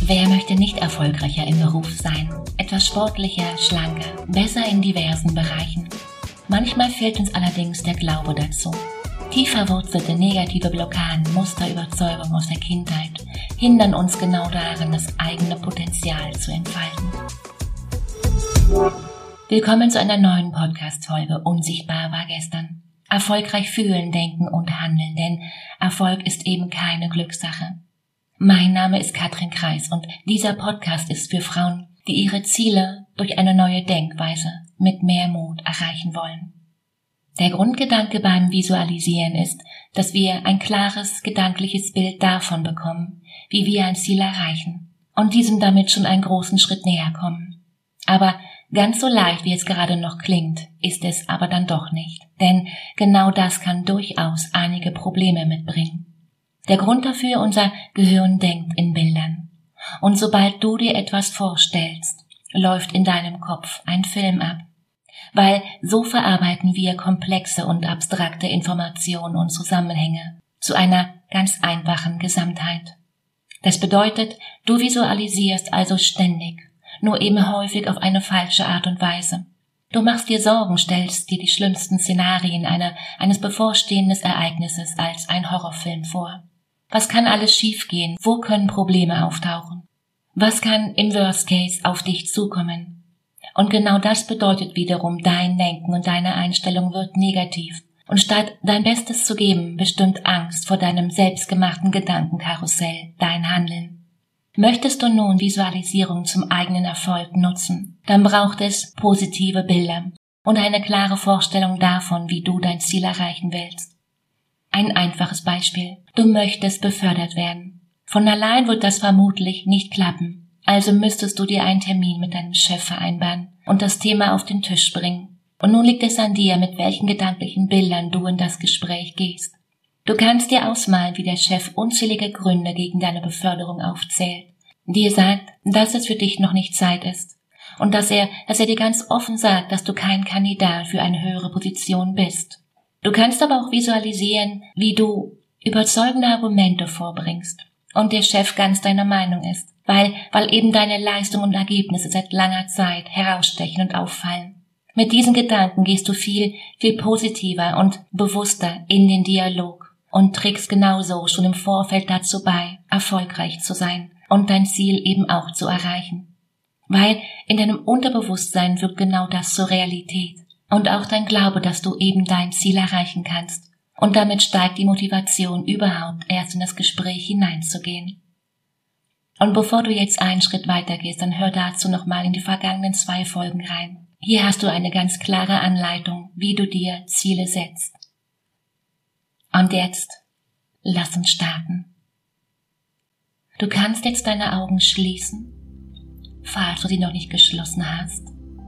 Wer möchte nicht erfolgreicher im Beruf sein, etwas sportlicher, schlanker, besser in diversen Bereichen? Manchmal fehlt uns allerdings der Glaube dazu. Tief verwurzelte negative Blockaden, Muster, Überzeugungen aus der Kindheit hindern uns genau daran, das eigene Potenzial zu entfalten. Willkommen zu einer neuen Podcast-Folge Unsichtbar war gestern. Erfolgreich fühlen, denken und handeln, denn Erfolg ist eben keine Glückssache. Mein Name ist Katrin Kreis und dieser Podcast ist für Frauen, die ihre Ziele durch eine neue Denkweise mit mehr Mut erreichen wollen. Der Grundgedanke beim Visualisieren ist, dass wir ein klares gedankliches Bild davon bekommen, wie wir ein Ziel erreichen und diesem damit schon einen großen Schritt näher kommen. Aber ganz so leicht, wie es gerade noch klingt, ist es aber dann doch nicht, denn genau das kann durchaus einige Probleme mitbringen. Der Grund dafür: unser Gehirn denkt in Bildern. Und sobald du dir etwas vorstellst, läuft in deinem Kopf ein Film ab. Weil so verarbeiten wir komplexe und abstrakte Informationen und Zusammenhänge zu einer ganz einfachen Gesamtheit. Das bedeutet, du visualisierst also ständig, nur eben häufig auf eine falsche Art und Weise. Du machst dir Sorgen, stellst dir die schlimmsten Szenarien eines bevorstehenden Ereignisses als ein Horrorfilm vor. Was kann alles schiefgehen? Wo können Probleme auftauchen? Was kann im Worst Case auf dich zukommen? Und genau das bedeutet wiederum, dein Denken und deine Einstellung wird negativ. Und statt dein Bestes zu geben, bestimmt Angst vor deinem selbstgemachten Gedankenkarussell dein Handeln. Möchtest du nun Visualisierung zum eigenen Erfolg nutzen, dann braucht es positive Bilder und eine klare Vorstellung davon, wie du dein Ziel erreichen willst. Ein einfaches Beispiel: Du möchtest befördert werden. Von allein wird das vermutlich nicht klappen. Also müsstest du dir einen Termin mit deinem Chef vereinbaren und das Thema auf den Tisch bringen. Und nun liegt es an dir, mit welchen gedanklichen Bildern du in das Gespräch gehst. Du kannst dir ausmalen, wie der Chef unzählige Gründe gegen deine Beförderung aufzählt, dir sagt, dass es für dich noch nicht Zeit ist und dass er dir ganz offen sagt, dass du kein Kandidat für eine höhere Position bist. Du kannst aber auch visualisieren, wie du überzeugende Argumente vorbringst und der Chef ganz deiner Meinung ist, weil eben deine Leistung und Ergebnisse seit langer Zeit herausstechen und auffallen. Mit diesen Gedanken gehst du viel positiver und bewusster in den Dialog und trägst genauso schon im Vorfeld dazu bei, erfolgreich zu sein und dein Ziel eben auch zu erreichen. Weil in deinem Unterbewusstsein wird genau das zur Realität und auch dein Glaube, dass du eben dein Ziel erreichen kannst. Und damit steigt die Motivation überhaupt erst in das Gespräch hineinzugehen. Und bevor du jetzt einen Schritt weiter gehst, dann hör dazu nochmal in die vergangenen 2 Folgen rein. Hier hast du eine ganz klare Anleitung, wie du dir Ziele setzt. Und jetzt, lass uns starten. Du kannst jetzt deine Augen schließen, falls du sie noch nicht geschlossen hast.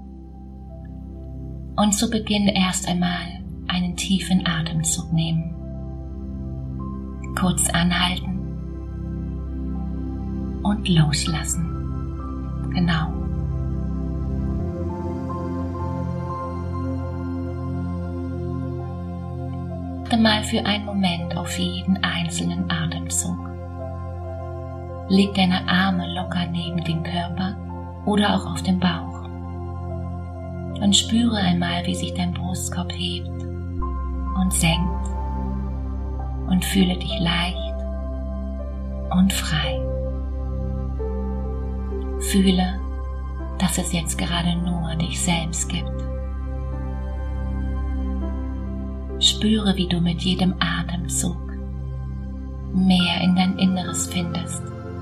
Und zu Beginn erst einmal einen tiefen Atemzug nehmen. Kurz anhalten. Und loslassen. Genau. Achte mal für einen Moment auf jeden einzelnen Atemzug. Leg deine Arme locker neben den Körper oder auch auf den Bauch. Und spüre einmal, wie sich dein Brustkorb hebt und senkt. Und fühle dich leicht und frei. Fühle, dass es jetzt gerade nur dich selbst gibt. Spüre, wie du mit jedem Atemzug mehr in dein Inneres findest.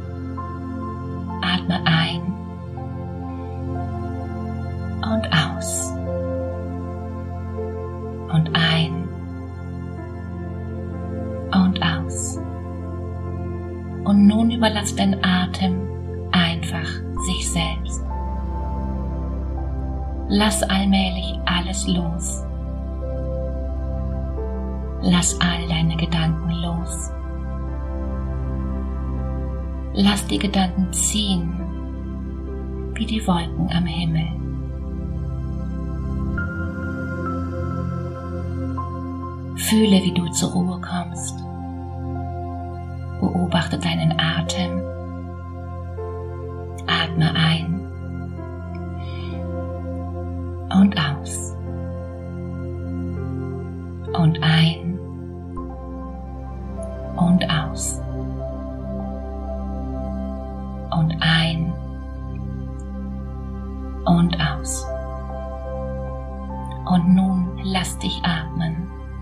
Atme ein und aus. Und ein und aus. Und nun überlass dein Atem einfach sich selbst. Lass allmählich alles los. Lass all deine Gedanken los. Lass die Gedanken ziehen, wie die Wolken am Himmel. Fühle, wie du zur Ruhe kommst. Beobachte deinen Atem Atme ein und aus. Und ein und aus. Und ein und aus. Und nun lass dich atmen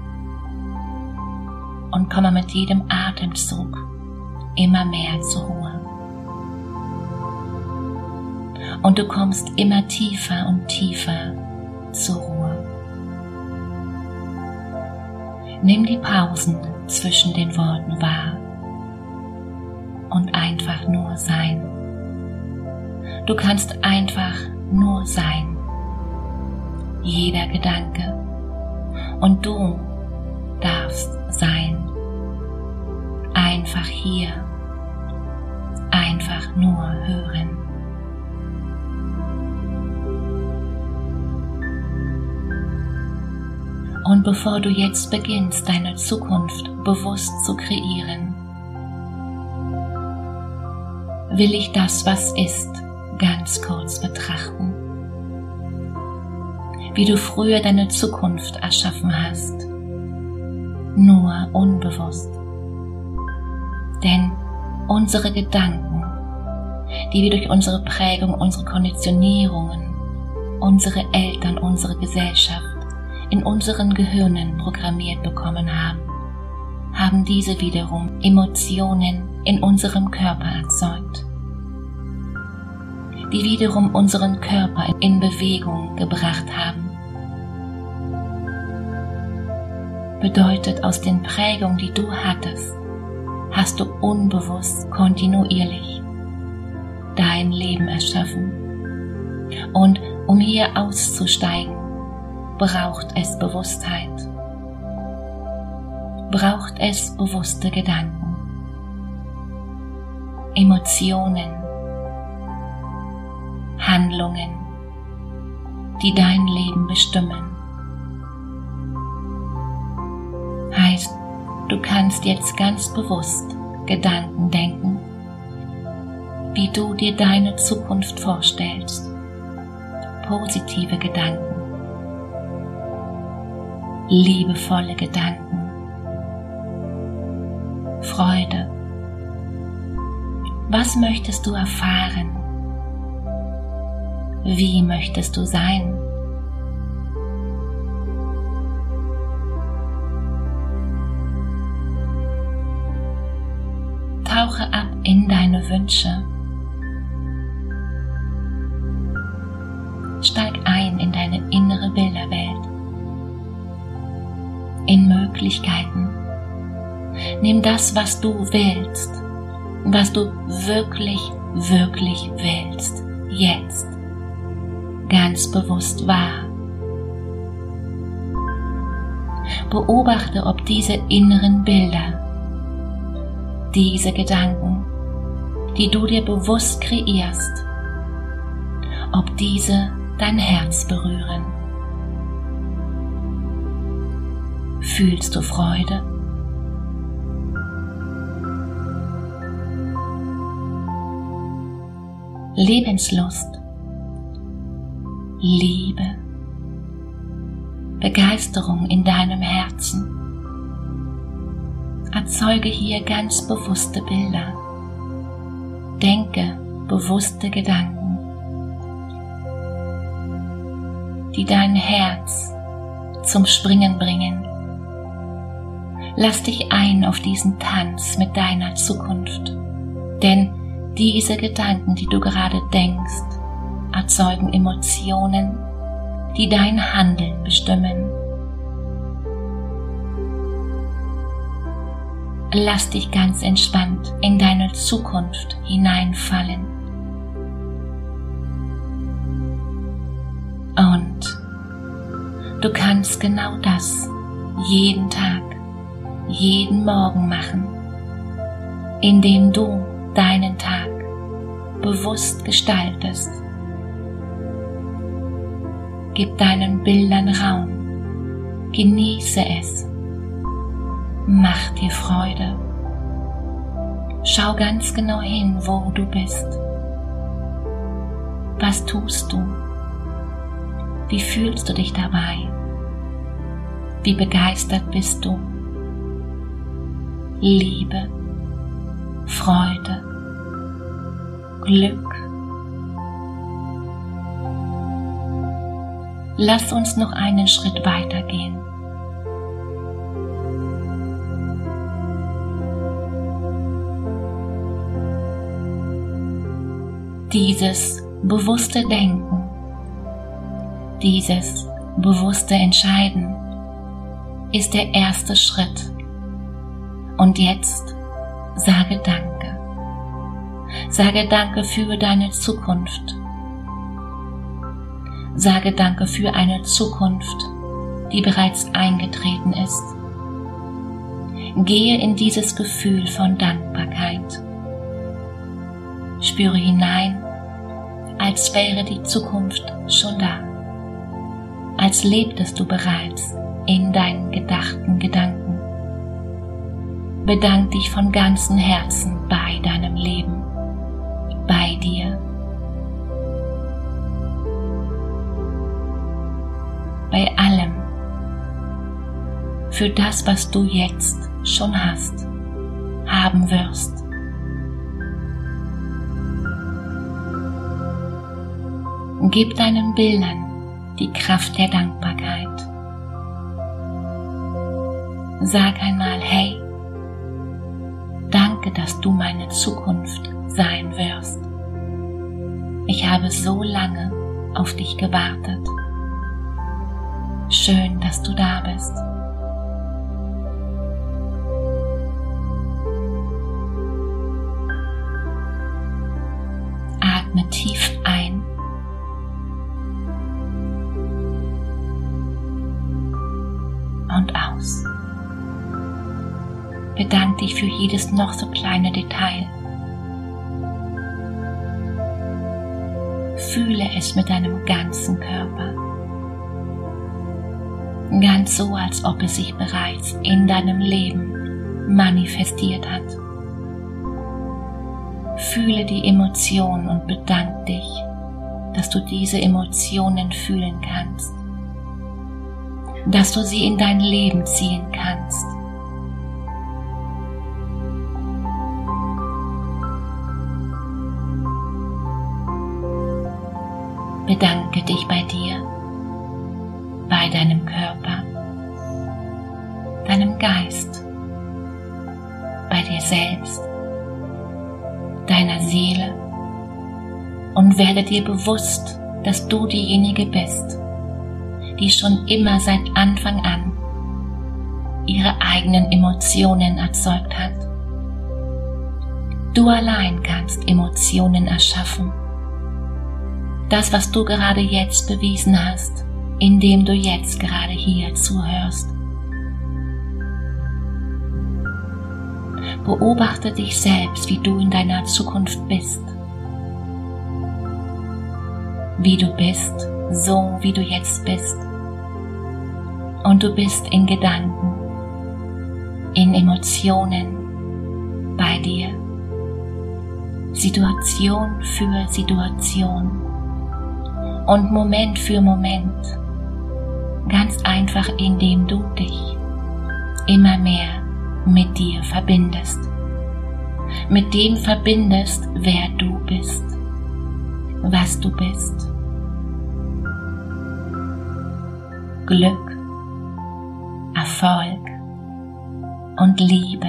und komme mit jedem Atemzug immer mehr zur Ruhe. Und du kommst immer tiefer und tiefer zur Ruhe. Nimm die Pausen zwischen den Worten wahr und einfach nur sein. Du kannst einfach nur sein. Jeder Gedanke. Und du darfst sein. Einfach hier. Einfach nur hören. Und bevor du jetzt beginnst, deine Zukunft bewusst zu kreieren, will ich das, was ist, ganz kurz betrachten. Wie du früher deine Zukunft erschaffen hast, nur unbewusst. Denn unsere Gedanken, die wir durch unsere Prägung, unsere Konditionierungen, unsere Eltern, unsere Gesellschaft in unseren Gehirnen programmiert bekommen haben, haben diese wiederum Emotionen in unserem Körper erzeugt, die wiederum unseren Körper in Bewegung gebracht haben. Bedeutet, aus den Prägungen, die du hattest, hast du unbewusst kontinuierlich dein Leben erschaffen. Und um hier auszusteigen, braucht es Bewusstheit, braucht es bewusste Gedanken, Emotionen, Handlungen, die dein Leben bestimmen. Heißt, du kannst jetzt ganz bewusst Gedanken denken, wie du dir deine Zukunft vorstellst, positive Gedanken, liebevolle Gedanken, Freude. Was möchtest du erfahren? Wie möchtest du sein? Tauche ab in deine Wünsche. Steig ein in deine innere Bilderwelt, in Möglichkeiten. Nimm das, was du willst, was du wirklich, wirklich willst, jetzt, ganz bewusst wahr. Beobachte, ob diese inneren Bilder, diese Gedanken, die du dir bewusst kreierst, ob diese dein Herz berühren. Fühlst du Freude? Lebenslust, Liebe, Begeisterung in deinem Herzen. Erzeuge hier ganz bewusste Bilder. Denke bewusste Gedanken, die dein Herz zum Springen bringen. Lass dich ein auf diesen Tanz mit deiner Zukunft, denn diese Gedanken, die du gerade denkst, erzeugen Emotionen, die dein Handeln bestimmen. Lass dich ganz entspannt in deine Zukunft hineinfallen. Und du kannst genau das jeden Tag, jeden Morgen machen, indem du deinen Tag bewusst gestaltest. Gib deinen Bildern Raum, genieße es, mach dir Freude. Schau ganz genau hin, wo du bist. Was tust du? Wie fühlst du dich dabei? Wie begeistert bist du? Liebe, Freude, Glück. Lass uns noch einen Schritt weitergehen. Dieses bewusste Denken, dieses bewusste Entscheiden ist der erste Schritt. Und jetzt sage Danke. Sage Danke für deine Zukunft. Sage Danke für eine Zukunft, die bereits eingetreten ist. Gehe in dieses Gefühl von Dankbarkeit. Spüre hinein, als wäre die Zukunft schon da, als lebtest du bereits in deinen gedachten Gedanken. Bedank dich von ganzem Herzen bei deinem Leben, bei dir. Bei allem, für das, was du jetzt schon hast, haben wirst. Gib deinen Bildern die Kraft der Dankbarkeit. Sag einmal, hey, danke, dass du meine Zukunft sein wirst. Ich habe so lange auf dich gewartet. Schön, dass du da bist. Atme tief ein und aus. Bedank dich für jedes noch so kleine Detail. Fühle es mit deinem ganzen Körper. Ganz so, als ob es sich bereits in deinem Leben manifestiert hat. Fühle die Emotionen und bedank dich, dass du diese Emotionen fühlen kannst, dass du sie in dein Leben ziehen kannst. Bedanke dich bei dir, bei deinem Körper, deinem Geist, bei dir selbst, deiner Seele und werde dir bewusst, dass du diejenige bist, die schon immer seit Anfang an ihre eigenen Emotionen erzeugt hat. Du allein kannst Emotionen erschaffen. Das, was du gerade jetzt bewiesen hast, indem du jetzt gerade hier zuhörst. Beobachte dich selbst, wie du in deiner Zukunft bist. Wie du bist, so wie du jetzt bist. Und du bist in Gedanken, in Emotionen bei dir. Situation für Situation. Und Moment für Moment, ganz einfach, indem du dich immer mehr mit dir verbindest, mit dem verbindest, wer du bist, was du bist. Glück, Erfolg und Liebe.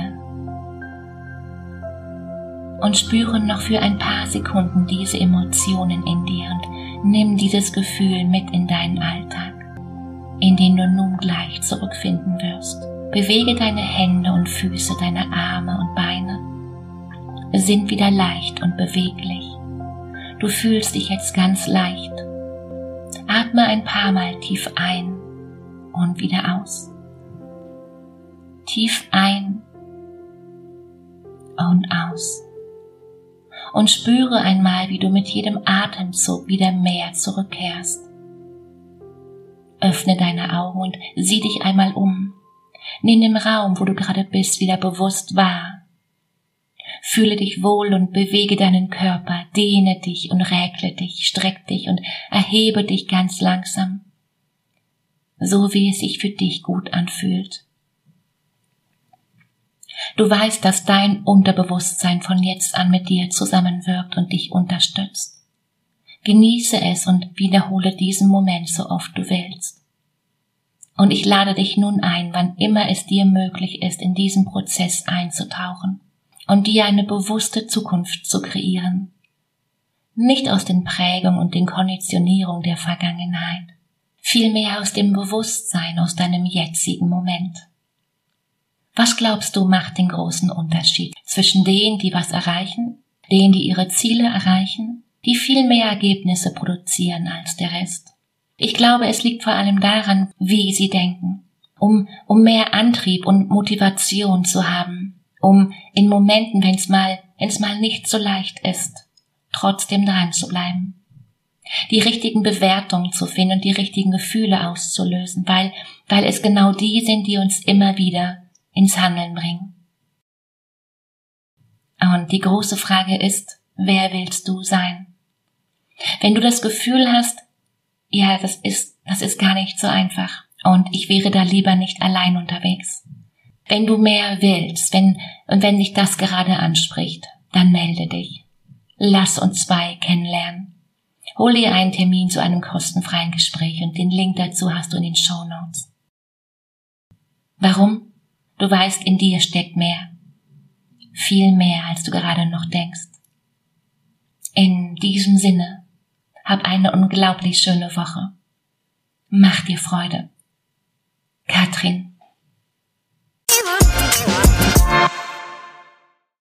Und spüre noch für ein paar Sekunden diese Emotionen in dir und nimm dieses Gefühl mit in deinen Alltag, in den du nun gleich zurückfinden wirst. Bewege deine Hände und Füße, deine Arme und Beine. Sind wieder leicht und beweglich. Du fühlst dich jetzt ganz leicht. Atme ein paar Mal tief ein und wieder aus. Tief ein und aus. Und spüre einmal, wie du mit jedem Atemzug wieder mehr zurückkehrst. Öffne deine Augen und sieh dich einmal um. Nimm den Raum, wo du gerade bist, wieder bewusst wahr. Fühle dich wohl und bewege deinen Körper, dehne dich und regle dich, streck dich und erhebe dich ganz langsam, so wie es sich für dich gut anfühlt. Du weißt, dass dein Unterbewusstsein von jetzt an mit dir zusammenwirkt und dich unterstützt. Genieße es und wiederhole diesen Moment so oft du willst. Und ich lade dich nun ein, wann immer es dir möglich ist, in diesen Prozess einzutauchen und dir eine bewusste Zukunft zu kreieren. Nicht aus den Prägungen und den Konditionierungen der Vergangenheit, vielmehr aus dem Bewusstsein, aus deinem jetzigen Moment. Was glaubst du macht den großen Unterschied zwischen denen, die was erreichen, denen, die ihre Ziele erreichen, die viel mehr Ergebnisse produzieren als der Rest? Ich glaube, es liegt vor allem daran, wie sie denken, um mehr Antrieb und Motivation zu haben, um in Momenten, wenn es mal nicht so leicht ist, trotzdem dran zu bleiben. Die richtigen Bewertungen zu finden und die richtigen Gefühle auszulösen, weil es genau die sind, die uns immer wieder ins Handeln bringen. Und die große Frage ist, wer willst du sein? Wenn du das Gefühl hast, ja, das ist gar nicht so einfach und ich wäre da lieber nicht allein unterwegs. Wenn du mehr willst, wenn dich das gerade anspricht, dann melde dich. Lass uns 2 kennenlernen. Hol dir einen Termin zu einem kostenfreien Gespräch und den Link dazu hast du in den Shownotes. Warum? Du weißt, in dir steckt mehr. Viel mehr, als du gerade noch denkst. In diesem Sinne, hab eine unglaublich schöne Woche. Mach dir Freude. Katrin.